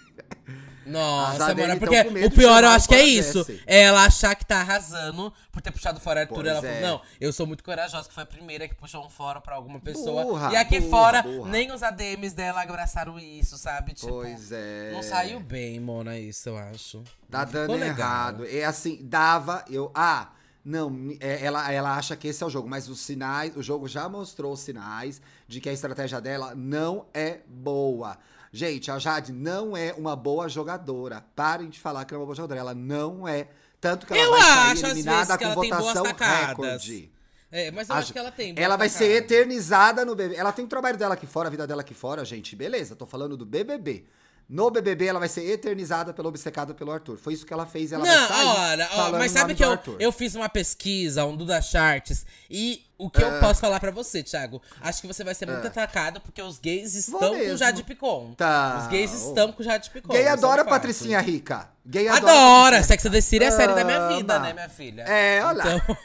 As Nossa, A D M mano, tão porque com medo o de pior eu chamar acho que é fora isso. Jessie. É ela achar que tá arrasando por ter puxado fora Arthur. Pois Ela é. falou, não, eu sou muito corajosa, que foi a primeira que puxou um fora pra alguma pessoa. Burra, e aqui burra, fora, burra. nem os A D Ms dela abraçaram isso, sabe? Tipo, Pois é. não saiu bem, Mona, isso, eu acho. Tá Não dando ficou legal. errado. É assim, dava, eu. Ah, Não, é, ela, ela acha que esse é o jogo, mas os sinais, o jogo já mostrou os sinais de que a estratégia dela não é boa. Gente, a Jade não é uma boa jogadora. Parem de falar que ela é uma boa jogadora. Ela não é. Tanto que ela Eu vai sair acho, às vezes, eliminada que com ela tem boas votação tacadas. recorde. É, mas eu A- acho que ela tem boas Ela vai ser tacadas. eternizada no B B B. Ela tem o trabalho dela aqui fora, a vida dela aqui fora, gente. Beleza, tô falando do B B B. No B B B, ela vai ser eternizada pelo obcecado pelo Arthur. Foi isso que ela fez. Ela vai Não, sair olha, ó, falando mas o sabe nome que do eu, Arthur. eu fiz uma pesquisa, um Duda Charts, e o que eu Ah. posso falar pra você, Thiago? Acho que você vai ser muito atacado, porque os gays estão com mesmo. Jade Picon. Tá. Os gays estão com Jade Picon. Gay isso é um adora fato. Patricinha Rica. Gay adora. Adora! Patricinha Sex and the City é a série da minha Ama. vida, né, minha filha? É, olha lá. Então,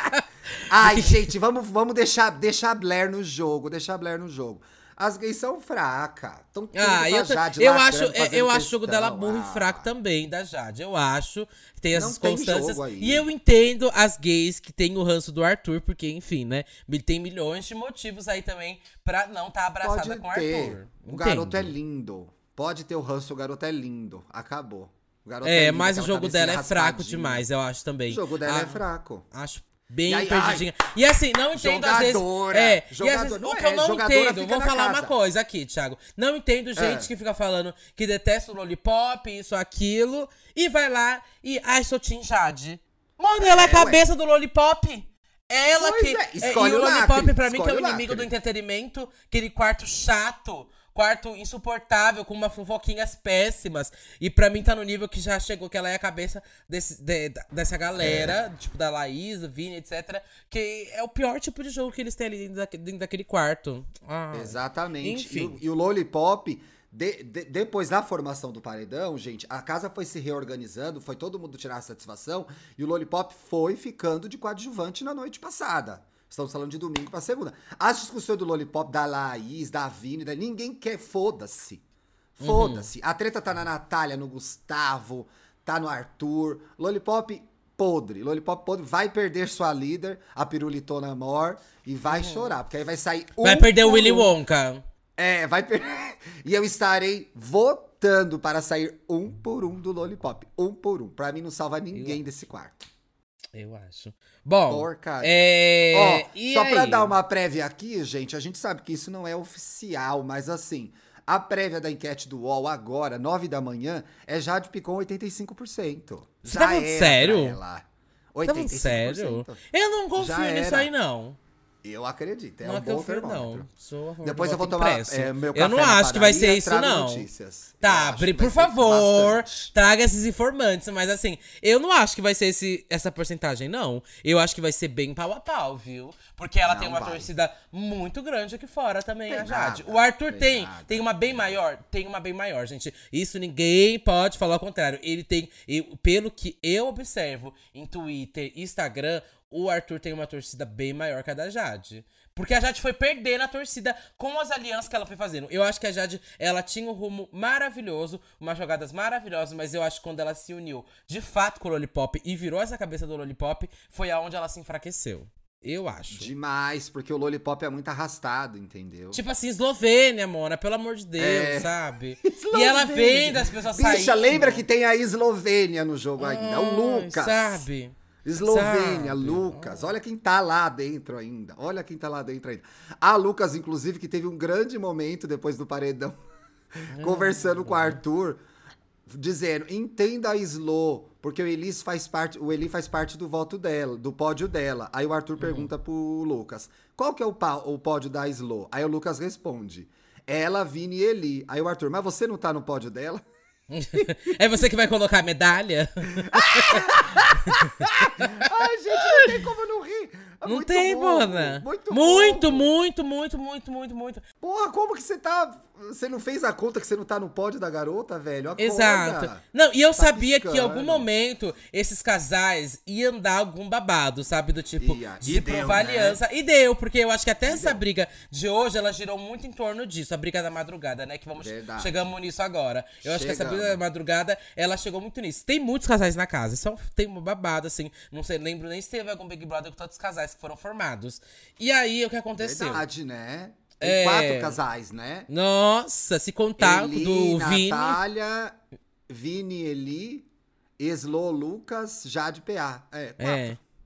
Ai, gente, vamos, vamos deixar, deixar a Blair no jogo, deixar a Blair no jogo. As gays são fracas. Tão tudo ah, com a eu, Jade eu lacrando, acho, eu, fazendo eu acho o jogo questão. dela burro Ah. e fraco também, da Jade. Eu acho que tem essas Não tem constâncias. jogo aí. E eu entendo as gays que tem o ranço do Arthur, porque, enfim, né? Tem milhões de motivos aí também pra não estar tá abraçada Pode com o ter. Arthur. O garoto Entendo. é lindo. Pode ter o ranço, o garoto é lindo. Acabou. O garoto É, lindo, mas o aquela jogo dela é cabecinha fraco raspadinha. demais, eu acho também. O jogo dela Ah, é fraco. Acho bem E aí, perdidinha. E assim, não entendo às vezes. Jogadora. É, e às Jogadora. vezes, Não o que é, eu não jogadora entendo, fica vou na falar casa. uma coisa aqui, Thiago. Não entendo gente É. que fica falando que detesta o Lollipop, isso, aquilo, e vai lá e. Ai, sou Tim Jade. Mano, ela é a É, cabeça do Lollipop. Ela Pois que. é, é, escolhe e o o Lollipop, lacre, pra mim, que é o escolhe o inimigo do lacre. entretenimento, aquele quarto chato. Quarto insuportável, com umas fofoquinhas péssimas. E pra mim tá no nível que já chegou, que ela é a cabeça desse, de- dessa galera, tipo da Laís, do Vini, etcétera. Que é o pior tipo de jogo que eles têm ali dentro, daque- dentro daquele quarto. Ah, Exatamente. Enfim. E, o- e o Lollipop, de- de- depois da formação do paredão, gente, a casa foi se reorganizando, foi todo mundo tirar a satisfação, e o Lollipop foi ficando de coadjuvante na noite passada. Estamos falando de domingo pra segunda. As discussões do Lollipop, da Laís, da Vini, da... ninguém quer, foda-se. Foda-se. A treta tá na Natália, no Gustavo, tá no Arthur. Lollipop podre. Lollipop podre vai perder sua líder, a Pirulitona Mor, e vai chorar, porque aí vai sair um vai perder o por Willy um. Wonka. É, vai perder. E eu estarei votando para sair um por um do Lollipop. Um por um. Pra mim não salva ninguém desse quarto. Eu acho. Bom, Porcaria. é... Ó, e só aí? pra dar uma prévia aqui, gente, a gente sabe que isso não é oficial, mas assim, a prévia da enquete do U O L agora, nove da manhã, é Jade Picon oitenta e cinco por cento. Você Já tá falando era sério? pra ela. Tá falando oitenta e cinco por cento. sério? Eu não confio Já nisso era. aí, não. Eu acredito, é não um bom confio, termômetro. não. Sou a favor Depois do eu vou voto tomar impresso. é, meu Eu café não na acho que vai padaria, ser isso, trago não. notícias. Eu Tá, acho Bri, que vai por ser favor, bastante. traga esses informantes. Mas assim, eu não acho que vai ser esse, essa porcentagem, não. Eu acho que vai ser bem pau a pau, viu? Porque ela Não tem uma vai. torcida muito grande aqui fora também, Tem a Jade. nada, O Arthur tem tem, nada. tem uma bem maior, tem uma bem maior, gente. Isso ninguém pode falar ao contrário. Ele tem, eu- pelo que eu observo em Twitter e Instagram, o Arthur tem uma torcida bem maior que a da Jade. Porque a Jade foi perdendo a torcida com as alianças que ela foi fazendo. Eu acho que a Jade, ela tinha um rumo maravilhoso, umas jogadas maravilhosas, mas eu acho que quando ela se uniu de fato com o Lollipop e virou essa cabeça do Lollipop, foi aonde ela se enfraqueceu. Eu acho. Demais, porque o Lollipop é muito arrastado, entendeu? Tipo assim, Eslovênia, Mona, pelo amor de Deus, É. sabe? Eslovênia. E ela vem das pessoas saindo. Bicha, lembra que tem a Eslovênia no jogo ainda, o Ai, Lucas. Sabe? Eslovênia, Sabe? Lucas. Olha quem tá lá dentro ainda. Olha quem tá lá dentro ainda. A Lucas, inclusive, que teve um grande momento depois do paredão, conversando com o Arthur, dizendo: entenda a Slo, porque o Eli faz parte, o Eli faz parte do voto dela, do pódio dela. Aí o Arthur pergunta pro Lucas: qual que é o, pá- o pódio da Slo? Aí o Lucas responde: ela, Vini e Eli. Aí o Arthur: mas você não tá no pódio dela? É você que vai colocar a medalha? Ai, gente, não tem como não rir. É Não muito tem, bobo, Mona. Muito, muito, bobo. muito, muito, muito, muito, muito. Porra, como que você tá... Você não fez a conta que você não tá no pódio da garota, velho? Acorda. Exato. Não, e eu Tá sabia que em piscando. algum momento esses casais iam dar algum babado, sabe? Do tipo, Ia. de E deu, provar né? aliança. E deu, porque eu acho que até essa briga de hoje, ela girou muito em torno disso. A briga da madrugada, né? Que vamos Verdade. chegamos nisso agora. Eu acho que essa Chegamos. briga da madrugada, ela chegou muito nisso. Tem muitos casais na casa. Isso é um- tem uma babado, assim. Não sei, lembro nem se teve algum Big Brother com todos os casais que foram formados. E aí, o que aconteceu? Verdade, né? Tem É. quatro casais, né? Nossa, se contar Eli, do Vini. Natália, Vini, Eli, Slo, Lucas, Jade, P A. É, quatro. É.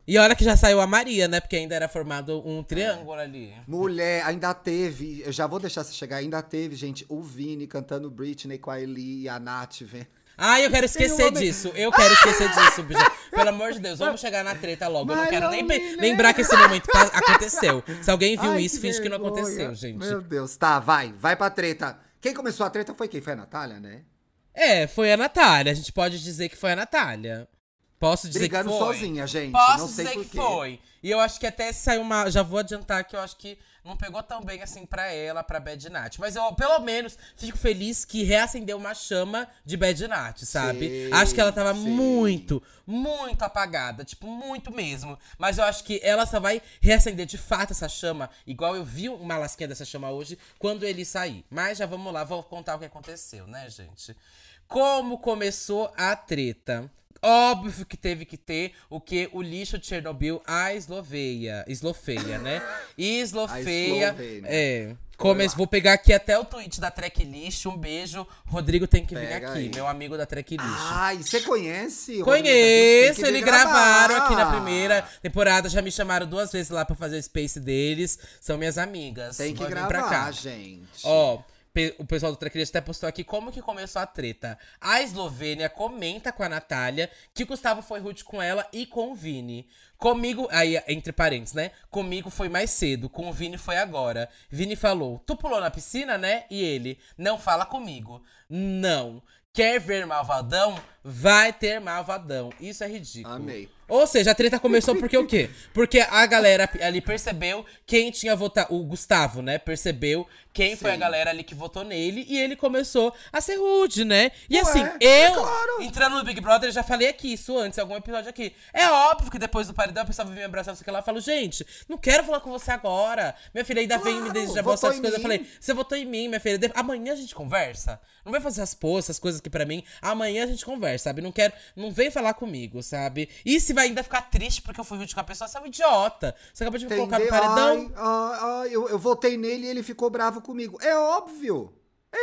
E olha que já saiu a Maria, né? Porque ainda era formado um triângulo ali. Mulher, ainda teve, eu já vou deixar você chegar, ainda teve, gente, o Vini cantando Britney com a Eli e a Nath, vendo. Ai, eu quero esquecer homem- disso. Eu quero esquecer disso, bicho. Pelo amor de Deus, vamos chegar na treta logo. Eu não Mas quero não nem me pe- lembrar que esse momento pa- aconteceu. Se alguém viu Ai, isso, finge que não vergonha. aconteceu, gente. Meu Deus, tá, vai, vai pra treta. Quem começou a treta foi quem? Foi a Natália, né? É, foi a Natália. A gente pode dizer que foi a Natália. Posso dizer Brigando que foi? sozinha, gente. Posso não sei dizer por que quê. foi. E eu acho que até saiu uma. Já vou adiantar que eu acho que não pegou tão bem assim pra ela, pra Bad Nat. Mas eu, pelo menos, fico feliz que reacendeu uma chama de Bad Nat, sabe? Sei, acho que ela tava sei. muito, muito apagada. Tipo, muito mesmo. Mas eu acho que ela só vai reacender de fato essa chama, igual eu vi uma lasquinha dessa chama hoje, quando ele sair. Mas já vamos lá, vou contar o que aconteceu, né, gente? Como começou a treta? Óbvio que teve que ter o que? O lixo de Chernobyl, a Esloveia. Eslovênia, né? Eslovêia. Eslovênia. É. Come... Vou pegar aqui até o tweet da Trek Lixo. Um beijo. Rodrigo tem que vir Pega aqui, aí. meu amigo da Trek Lixo. Ai, você conhece? o Rodrigo Conheço, Tem que vir eles gravaram gravar. aqui na primeira temporada. Já me chamaram duas vezes lá pra fazer o space deles. São minhas amigas. Tem que Vão vir pra cá. gravar, gente. Ó, pe- o pessoal do Tracklist até postou aqui como que começou a treta. A Eslovênia comenta com a Natália que o Gustavo foi rude com ela e com o Vini. Comigo, aí entre parênteses, né? Comigo foi mais cedo, com o Vini foi agora. Vini falou, tu pulou na piscina, né? E ele, não fala comigo. Não. Quer ver malvadão? Vai ter malvadão. Isso é ridículo. Amei. Ou seja, a treta começou porque o quê? Porque a galera ali percebeu quem tinha votado. O Gustavo, né? Percebeu quem foi a Sim. galera ali que votou nele. E ele começou a ser rude, né? E Ué, assim, é eu, claro. entrando no Big Brother, eu já falei aqui isso antes, em algum episódio aqui. É óbvio que depois do paredão a pessoa vai vir me abraçar, não sei o que lá. Eu falo, gente, não quero falar com você agora. Minha filha ainda vem me Claro, desejar votou boas sortes em coisas. Eu mim. falei, você votou em mim, minha filha. De- Amanhã a gente conversa. Não vai fazer essas poses, essas coisas aqui pra mim. Amanhã a gente conversa, sabe? Não quero. Não vem falar comigo, sabe? E se vai ainda ficar triste porque eu fui rude com a pessoa, você é um idiota. Você acabou de me colocar no Entendeu? paredão. Ai, ai, ai, eu, eu votei nele e ele ficou bravo comigo. É óbvio.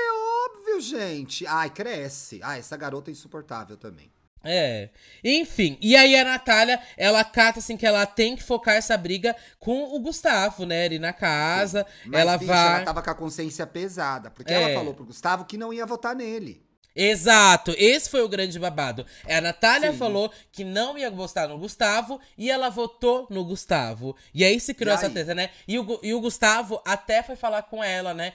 É óbvio, gente. Ai, cresce. Ai, essa garota é insuportável também. É. Enfim, e aí a Natália, ela cata assim que ela tem que focar essa briga com o Gustavo, né? Ali na casa. Mas, ela bicha, vai. ela tava com a consciência pesada. Porque É. ela falou pro Gustavo que não ia votar nele. Exato, esse foi o grande babado. É, a Natália Sim. falou que não ia gostar no Gustavo e ela votou no Gustavo. E aí se criou E essa aí? treta, né? E o, Gu- e o Gustavo até foi falar com ela, né?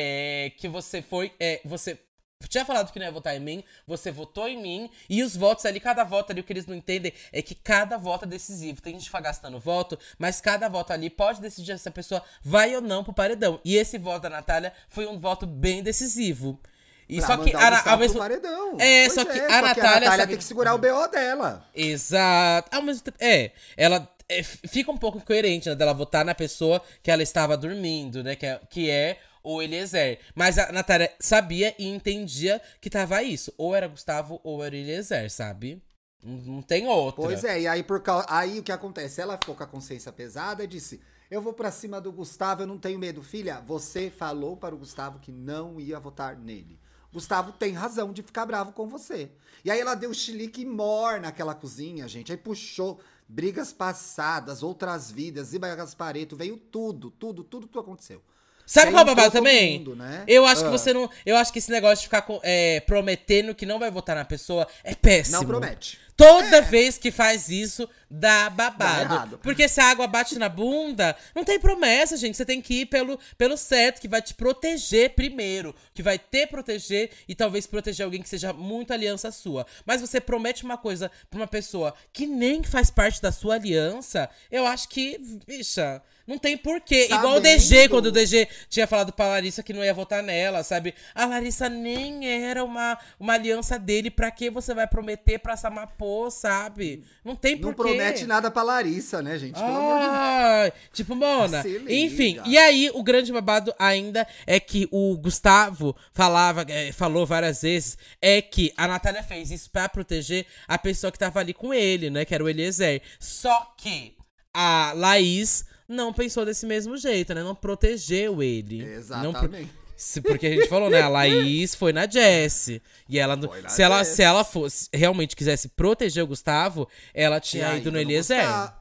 É, que você foi. É, você tinha falado que não ia votar em mim, você votou em mim, e os votos ali, cada voto ali, o que eles não entendem é que cada voto é decisivo. Tem gente que vai gastando voto, mas cada voto ali pode decidir se a pessoa vai ou não pro paredão. E esse voto da Natália foi um voto bem decisivo. E Pra só que mandar o a, Gustavo ao pro mesmo paredão. É, Pois só que a só Natália que a Natália sabe- tem que segurar o B O dela. Exato. Ao mesmo tempo, é, ela é, f- fica um pouco incoerente, né, dela votar na pessoa que ela estava dormindo, né, que é, que é o Eliezer. Mas a Natália sabia e entendia que tava isso. Ou era Gustavo ou era Eliezer, sabe? Não, não tem outra. Pois é, e aí, por causa, aí o que acontece? Ela ficou com a consciência pesada e disse: eu vou pra cima do Gustavo, eu não tenho medo. Filha, você falou para o Gustavo que não ia votar nele. Gustavo tem razão de ficar bravo com você. E aí ela deu chilique mor naquela cozinha, gente. Aí puxou brigas passadas, outras vidas, Ziba Gaspareto, veio tudo, tudo, tudo, tudo aconteceu. Sabe E aí qual é o babado entrou todo também? mundo, né? Eu acho que Ah. você não. Eu acho que esse negócio de ficar com- é, prometendo que não vai votar na pessoa é péssimo. Não promete. Toda vez que faz isso, dá babado. Dá errado. Porque se a água bate na bunda, não tem promessa, gente. Você tem que ir pelo, pelo certo, que vai te proteger primeiro. Que vai te proteger e talvez proteger alguém que seja muito aliança sua. Mas você promete uma coisa pra uma pessoa que nem faz parte da sua aliança, eu acho que, bicha, não tem porquê. Igual o D G, Sabendo. quando o D G tinha falado pra Larissa que não ia votar nela, sabe? A Larissa nem era uma, uma aliança dele. Pra que você vai prometer pra essa mapô, sabe? Não tem Não porquê. promete nada pra Larissa, né, gente? Pelo amor de Deus. Ai, tipo, Mona. Se liga. Enfim, e aí o grande babado ainda é que o Gustavo falava, é, falou várias vezes, é que a Natália fez isso pra proteger a pessoa que tava ali com ele, né? Que era o Eliezer. Só que a Laís não pensou desse mesmo jeito, né? Não protegeu ele. Não pro- Exatamente. Se- Porque a gente falou, né? A Laís foi na Jessie. E ela, Foi na se ela, Jessie. se ela fosse realmente quisesse proteger o Gustavo, ela tinha Tinha ido ido no no Eliezer. Gustavo.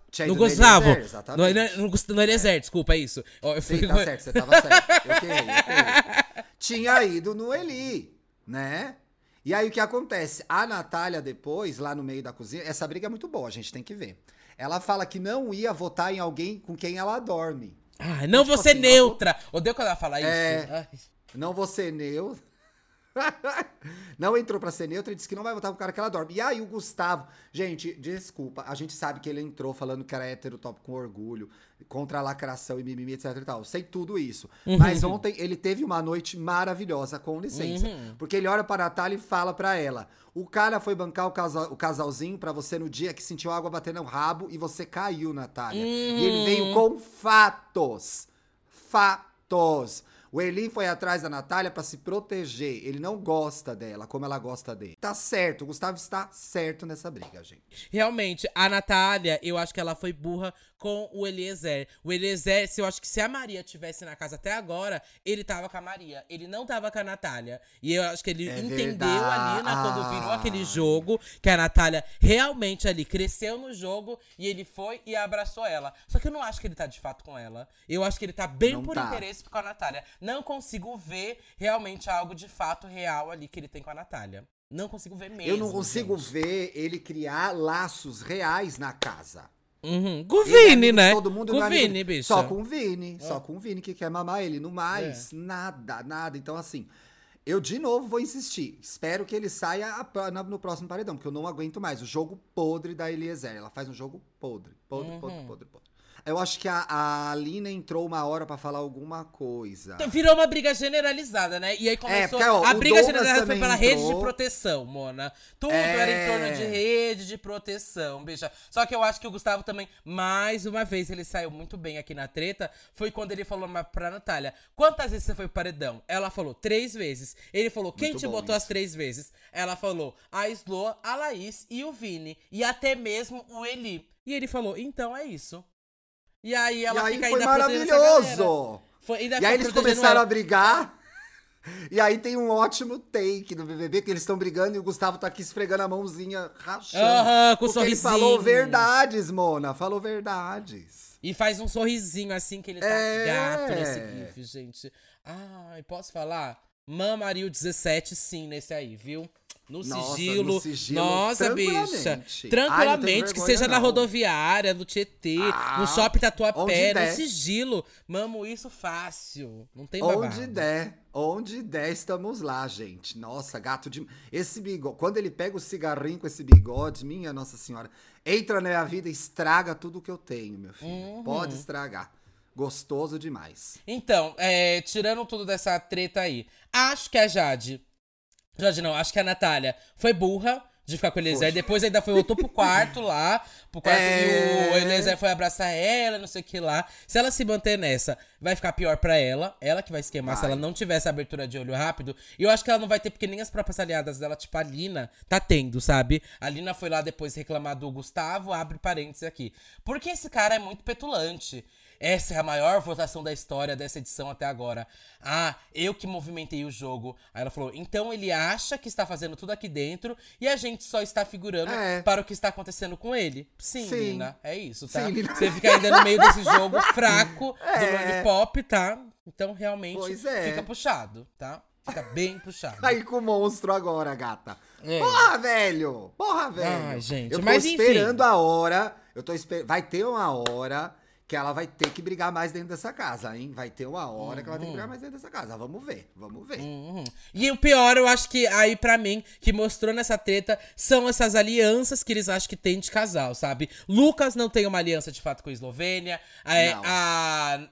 Tinha No ido no Gustavo. Eliezer, No, exatamente. no, no, no Eliezer, desculpa, é isso. Ó, eu Sim, fui- tá certo, você tava certo. Eu que errei, eu que errei. Tinha ido no Eli, né? E aí o que acontece? A Natália depois, lá no meio da cozinha, essa briga é muito boa, a gente tem que ver. Ela fala que não ia votar em alguém com quem ela dorme. Ai, Então, não tipo vou ser assim, ela falou, neutra. Odeio quando ela fala isso. É. Ai. não vou ser neutro. Não entrou pra ser neutra e disse que não vai votar com o cara que ela dorme. E aí o Gustavo, gente, desculpa, a gente sabe que ele entrou falando que era hétero top com orgulho, contra a lacração e mimimi, etc e tal. Sei tudo isso. Uhum. Mas ontem ele teve uma noite maravilhosa, com licença. Uhum. Porque ele olha pra Natália e fala pra ela: o cara foi bancar o, casal, o casalzinho pra você no dia que sentiu água batendo no rabo e você caiu, Natália. Uhum. E ele veio com fatos. Fatos. O Eli foi atrás da Natália pra se proteger. Ele não gosta dela como ela gosta dele. Tá certo, o Gustavo está certo nessa briga, gente. Realmente, a Natália, eu acho que ela foi burra com o Eliezer. O Eliezer, se eu acho que se a Maria tivesse na casa até agora, ele tava com a Maria. Ele não tava com a Natália. E eu acho que ele É entendeu verdade. ali, né, quando virou aquele Ai. jogo, que a Natália realmente ali cresceu no jogo e ele foi e abraçou ela. Só que eu não acho que ele tá de fato com ela. Eu acho que ele tá bem Não por tá. interesse com a Natália. Não consigo ver realmente algo de fato real ali que ele tem com a Natália. Não consigo ver mesmo. Eu não consigo gente. ver ele criar laços reais na casa. Uhum. Com o Ele é Vini, amigo de né? todo mundo, Com não é o amigo Vini, de- bicho. Só com o Vini. É. Só com o Vini que quer mamar ele. No mais, nada, nada. Então, assim, eu de novo vou insistir. Espero que ele saia a- na- no próximo paredão, porque eu não aguento mais. O jogo podre da Eliezer. Ela faz um jogo podre. Podre, Uhum. podre, podre, podre. Eu acho que a, a Alina entrou uma hora pra falar alguma coisa. Então, virou uma briga generalizada, né? E aí começou. porque, ó, a o briga Douglas generalizada foi também pela rede de entrou. proteção, Mona. Tudo É. era em torno de rede de proteção, bicha. Só que eu acho que o Gustavo também, mais uma vez, ele saiu muito bem aqui na treta. Foi quando ele falou ma- pra Natália: quantas vezes você foi pro paredão? Ela falou: três vezes. Ele falou: quem Muito te bom botou as isso. três vezes? Ela falou: a Slo, a Laís e o Vini. E até mesmo o Eli. E ele falou: então é isso. E aí ela e aí fica foi ainda protegendo essa galera. maravilhoso! Foi, ainda E fica aí eles protegendo começaram ela. a brigar. E aí tem um ótimo take do B B B, que eles estão brigando e o Gustavo tá aqui esfregando a mãozinha, rachando. Aham, com porque ele sorrisinho. falou verdades, Mona. Falou verdades. E faz um sorrisinho assim que ele tá É. gato nesse gif, gente. Ai, posso falar? Mamaria o dezessete sim nesse aí, viu? No Nossa, sigilo. no sigilo, Nossa, bicha. tranquilamente. Ai, não tenho Tranquilamente, que vergonha, seja na não. rodoviária, no Tietê, Ah, no shopping Tatuapé, onde no der. sigilo. Mamo isso fácil. Não tem Onde babado. der, onde der, estamos lá, gente. Nossa, gato de. Esse bigode. Quando ele pega o cigarrinho com esse bigode, minha Nossa Senhora, entra na minha vida e estraga tudo que eu tenho, meu filho. Uhum. Pode estragar. Gostoso demais. Então, é, tirando tudo dessa treta aí, acho que a Jade. Jade não, acho que a Natália foi burra de ficar com o Eliezer. Foi. Depois ainda foi, voltou pro quarto lá. Pro quarto É. e o Eliezer foi abraçar ela, não sei o que lá. Se ela se manter nessa, vai ficar pior pra ela. Ela que vai se queimar se Vai. ela não tiver essa abertura de olho rápido. E eu acho que ela não vai ter, porque nem as próprias aliadas dela, tipo a Lina, tá tendo, sabe? A Lina foi lá depois reclamar do Gustavo, abre parênteses aqui. Porque esse cara é muito petulante. Essa é a maior votação da história dessa edição até agora. Ah, eu que movimentei o jogo. Aí ela falou, então ele acha que está fazendo tudo aqui dentro e a gente só está figurando É. para o que está acontecendo com ele. Sim, Sim. Lina, é isso, tá? Sim, Lina. Você fica ainda no meio desse jogo fraco do É. Lollipop, tá? Então realmente Pois é. fica puxado, tá? Fica bem puxado. Aí com o monstro agora, gata. É. Porra, velho! Porra, velho! Ai, gente, eu tô mas enfim. esperando a hora. Eu tô esper... Vai ter uma hora que ela vai ter que brigar mais dentro dessa casa, hein? Vai ter uma hora que ela tem que brigar mais dentro dessa casa. Vamos ver, vamos ver. Uhum. E o pior, eu acho que aí pra mim, que mostrou nessa treta, são essas alianças que eles acham que tem de casal, sabe? Lucas não tem uma aliança de fato com a Eslovênia. A, Não. a,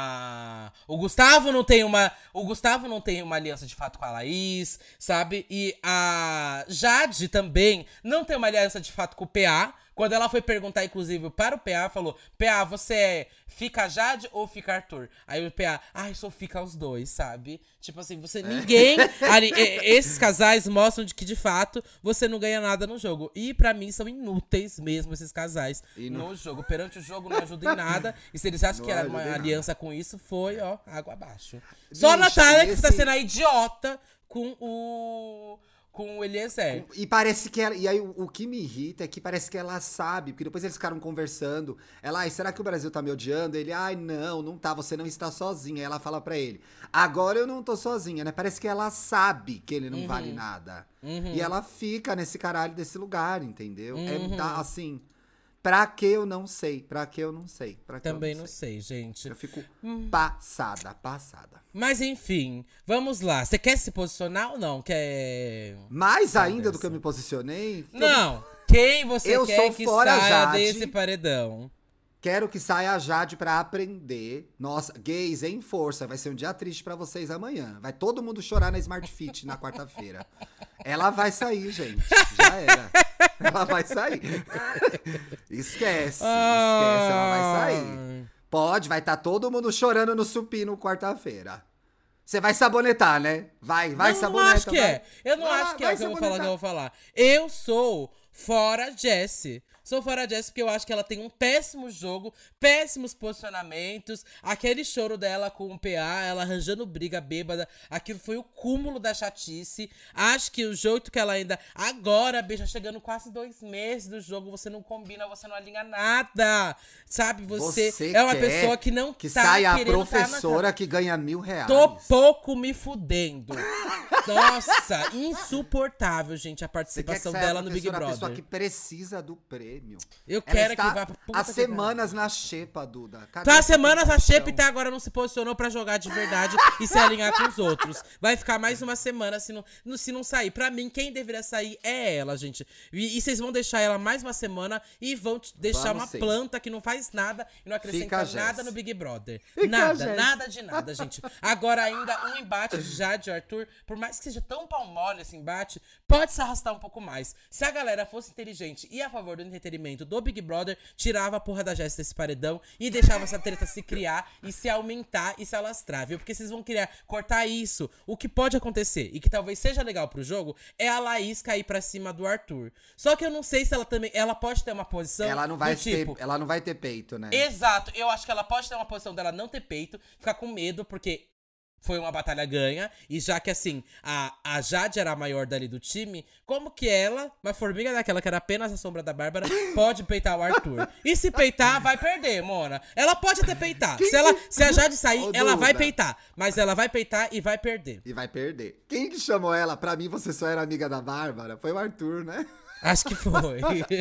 a- o Gustavo não tem uma. O Gustavo não tem uma aliança de fato com a Laís, sabe? E a Jade também não tem uma aliança de fato com o P A. Quando ela foi perguntar, inclusive, para o P A, falou: P A, você é fica Jade ou fica Arthur? Aí o P A, ai, só fica os dois, sabe? Tipo assim, você. Ninguém. ali, e- esses casais mostram de que, de fato, você não ganha nada no jogo. E pra mim são inúteis mesmo esses casais E não- no jogo. Perante o jogo não ajuda em nada. E se eles acham Não que era ajuda uma em nada. aliança com isso, foi, ó, água abaixo. Só a Bicha, Natália e que está esse- sendo a idiota com o. com o Eliezer. E parece que ela. E aí, o, o que me irrita é que parece que ela sabe, porque depois eles ficaram conversando. Ela, ai, será que o Brasil tá me odiando? Ele, ai, não, não tá, você não está sozinha. Aí ela fala pra ele, agora eu não tô sozinha, né? Parece que ela sabe que ele não Uhum. vale nada. Uhum. E ela fica nesse caralho desse lugar, entendeu? Uhum. É tá, assim. Pra que eu não sei? Pra que eu não sei? Pra que Também eu não não sei. sei, gente. Eu fico passada, passada. Mas enfim, vamos lá. Você quer se posicionar ou não? Quer. Mais Qual ainda do que eu dessa? me posicionei, eu Não! Quem você Eu quer sou que fora saia Jade. desse paredão? quero que saia a Jade pra aprender. Nossa, gays, em força. Vai ser um dia triste pra vocês amanhã. Vai todo mundo chorar na Smart Fit na quarta-feira. Ela vai sair, gente. Já era. Ela vai sair. Esquece. Esquece, ela vai sair. Pode, vai estar todo mundo chorando no supino quarta-feira. Você vai sabonetar, né? Vai, vai, não, saboneta. não acho que vai. é. Eu não Vai acho lá, que é vai o que eu vou falar que eu sabonetar. vou falar. Eu sou fora Jessie. Sou fora Jessie porque eu acho que ela tem um péssimo jogo, péssimos posicionamentos. Aquele choro dela com o P A, ela arranjando briga bêbada, aquilo foi o cúmulo da chatice. Acho que o jeito que ela ainda... Agora, bicha, chegando quase dois meses do jogo, você não combina, você não alinha nada. Sabe, você, Você é uma quer pessoa que não que tá saia a querendo tá na professora que ganha mil reais. Tô pouco me fudendo. Nossa, insuportável, gente, a Você quer que participação saia a dela no Big professora, a pessoa Brother. que precisa do prêmio. Eu Ela quero está que vá pra puta há que semanas na xepa, Duda. Cadê Tá há essa semanas a compaixão? Xepa e até agora não se posicionou pra jogar de verdade e se alinhar com os outros. Vai ficar mais uma semana se não, no- se não sair. Pra mim, quem deveria sair é ela, gente. E, e vocês vão deixar ela mais uma semana e vão te deixar Vamos uma sim. planta que não faz nada e não acrescenta Fica a Jess. nada no Big Brother. Fica a nada, Jess. nada de nada, gente. Agora ainda um embate de Jade e Arthur, por mais que seja tão pau mole esse embate, pode se arrastar um pouco mais. Se a galera fosse inteligente e a favor do entretenimento do Big Brother, tirava a porra da Jess desse paredão e deixava essa treta se criar e se aumentar e se alastrar, viu? Porque vocês vão querer cortar isso. O que pode acontecer e que talvez seja legal pro jogo é a Laís cair pra cima do Arthur. Só que eu não sei se ela também... Ela pode ter uma posição Ela não vai do tipo... ter, ela não vai ter peito, né? Exato, eu acho que ela pode ter uma posição dela não ter peito, ficar com medo, porque foi uma batalha ganha, e já que assim, a, a Jade era a maior dali do time, como que ela, uma formiga daquela que era apenas a sombra da Bárbara, pode peitar o Arthur? E se peitar, vai perder, Mona. Ela pode até peitar. Se, ela, se a Jade sair, Ô, ela vai Duda. peitar. Mas ela vai peitar e vai perder. E vai perder. Quem que chamou ela? Pra mim, você só era amiga da Bárbara. Foi o Arthur, né? Acho que foi.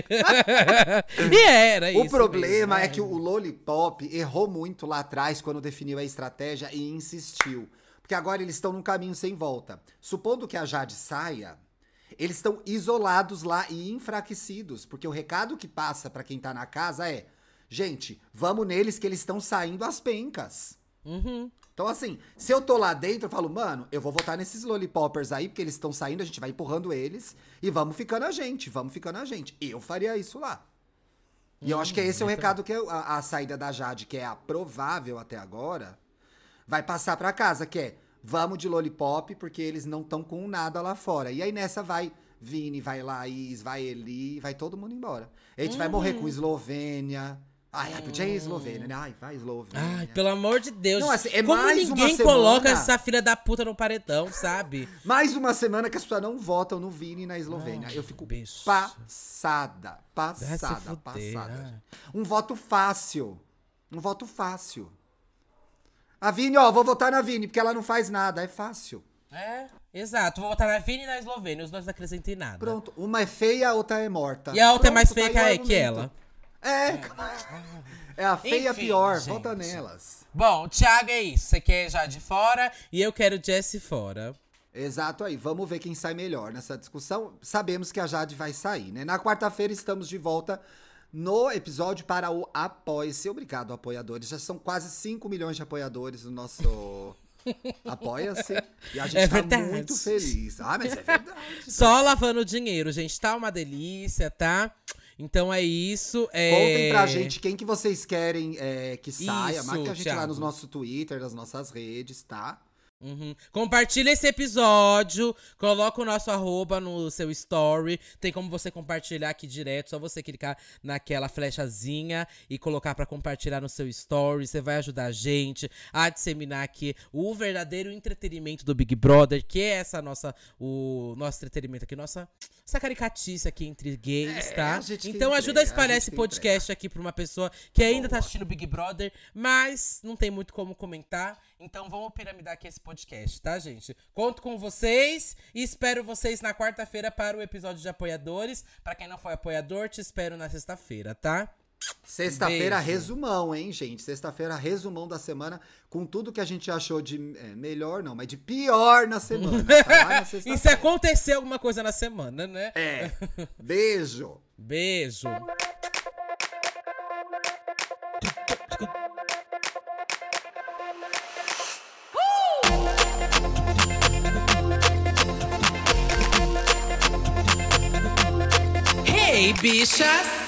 E era isso O problema mesmo. é que o Lollipop errou muito lá atrás quando definiu a estratégia e insistiu. Porque agora eles estão num caminho sem volta. Supondo que a Jade saia, eles estão isolados lá e enfraquecidos. Porque o recado que passa pra quem tá na casa é: gente, vamos neles que eles estão saindo às pencas. Uhum. Então, assim, se eu tô lá dentro, eu falo, mano, eu vou votar nesses lollipoppers aí, porque eles estão saindo, a gente vai empurrando eles e vamos ficando a gente, vamos ficando a gente. Eu faria isso lá. E eu acho que esse é o recado que eu- a, a saída da Jade, que é a provável até agora, vai passar pra casa, que é, vamos de lollipop, porque eles não estão com nada lá fora. E aí nessa vai Vini, vai Laís, vai Eli, vai todo mundo embora. A gente vai morrer com Eslovênia. Ai, ai, podia ir Eslovênia, né? Ai, vai Eslovênia. Ai, pelo amor de Deus. Não, assim, é Como mais uma ninguém semana- coloca essa filha da puta no paredão, sabe? Mais uma semana que as pessoas não votam no Vini e na Eslovênia. Ai, eu fico bicho. passada, Vai se passada, fuder, passada. ai. Um voto fácil. Um voto fácil. A Vini, ó, vou votar na Vini, porque ela não faz nada. É fácil. É, exato. Vou botar na Vini e na Eslovênia. Os dois não acrescentem nada. Pronto. Uma é feia, a outra é morta. E a outra é mais Pronto, feia tá que, aí o a, que argumento. ela. É. É a feia Enfim, pior. gente. Vota nelas. Bom, o Thiago é isso. Você quer já de fora e eu quero Jessie fora. Exato aí. Vamos ver quem sai melhor nessa discussão. Sabemos que a Jade vai sair, né? Na quarta-feira estamos de volta no episódio para o Apoia-se. Obrigado, apoiadores. Já são quase cinco milhões de apoiadores no nosso Apoia-se. E a gente É tá verdade. muito feliz. Ah, mas é verdade. Só lavando dinheiro, gente. Tá uma delícia, tá? Então é isso. É... Contem pra gente quem que vocês querem é, que saia. Isso, Marque a gente lá Thiago. no nosso Twitter, nas nossas redes, tá? Uhum. Compartilha esse episódio, coloca o nosso arroba no seu story. Tem como você compartilhar aqui direto, só você clicar naquela flechazinha e colocar pra compartilhar no seu story. Você vai ajudar a gente a disseminar aqui o verdadeiro entretenimento do Big Brother, que é essa nossa, o nosso entretenimento aqui, nossa, essa caricatice aqui entre gays, É, tá? a gente que Então ajuda a entrega, a espalhar gente esse que podcast aqui pra uma pessoa que ainda tá Boa. assistindo Big Brother, mas não tem muito como comentar. Então vamos piramidar aqui esse podcast, tá, gente? Conto com vocês e espero vocês na quarta-feira para o episódio de apoiadores. Pra quem não foi apoiador, te espero na sexta-feira, tá? Sexta-feira, Beijo. resumão, hein, gente? Sexta-feira, resumão da semana, com tudo que a gente achou de é, melhor, não, mas de pior na semana. Tá lá na E se sexta-feira. acontecer alguma coisa na semana, né? É. Beijo. Beijo. Hey, bichas!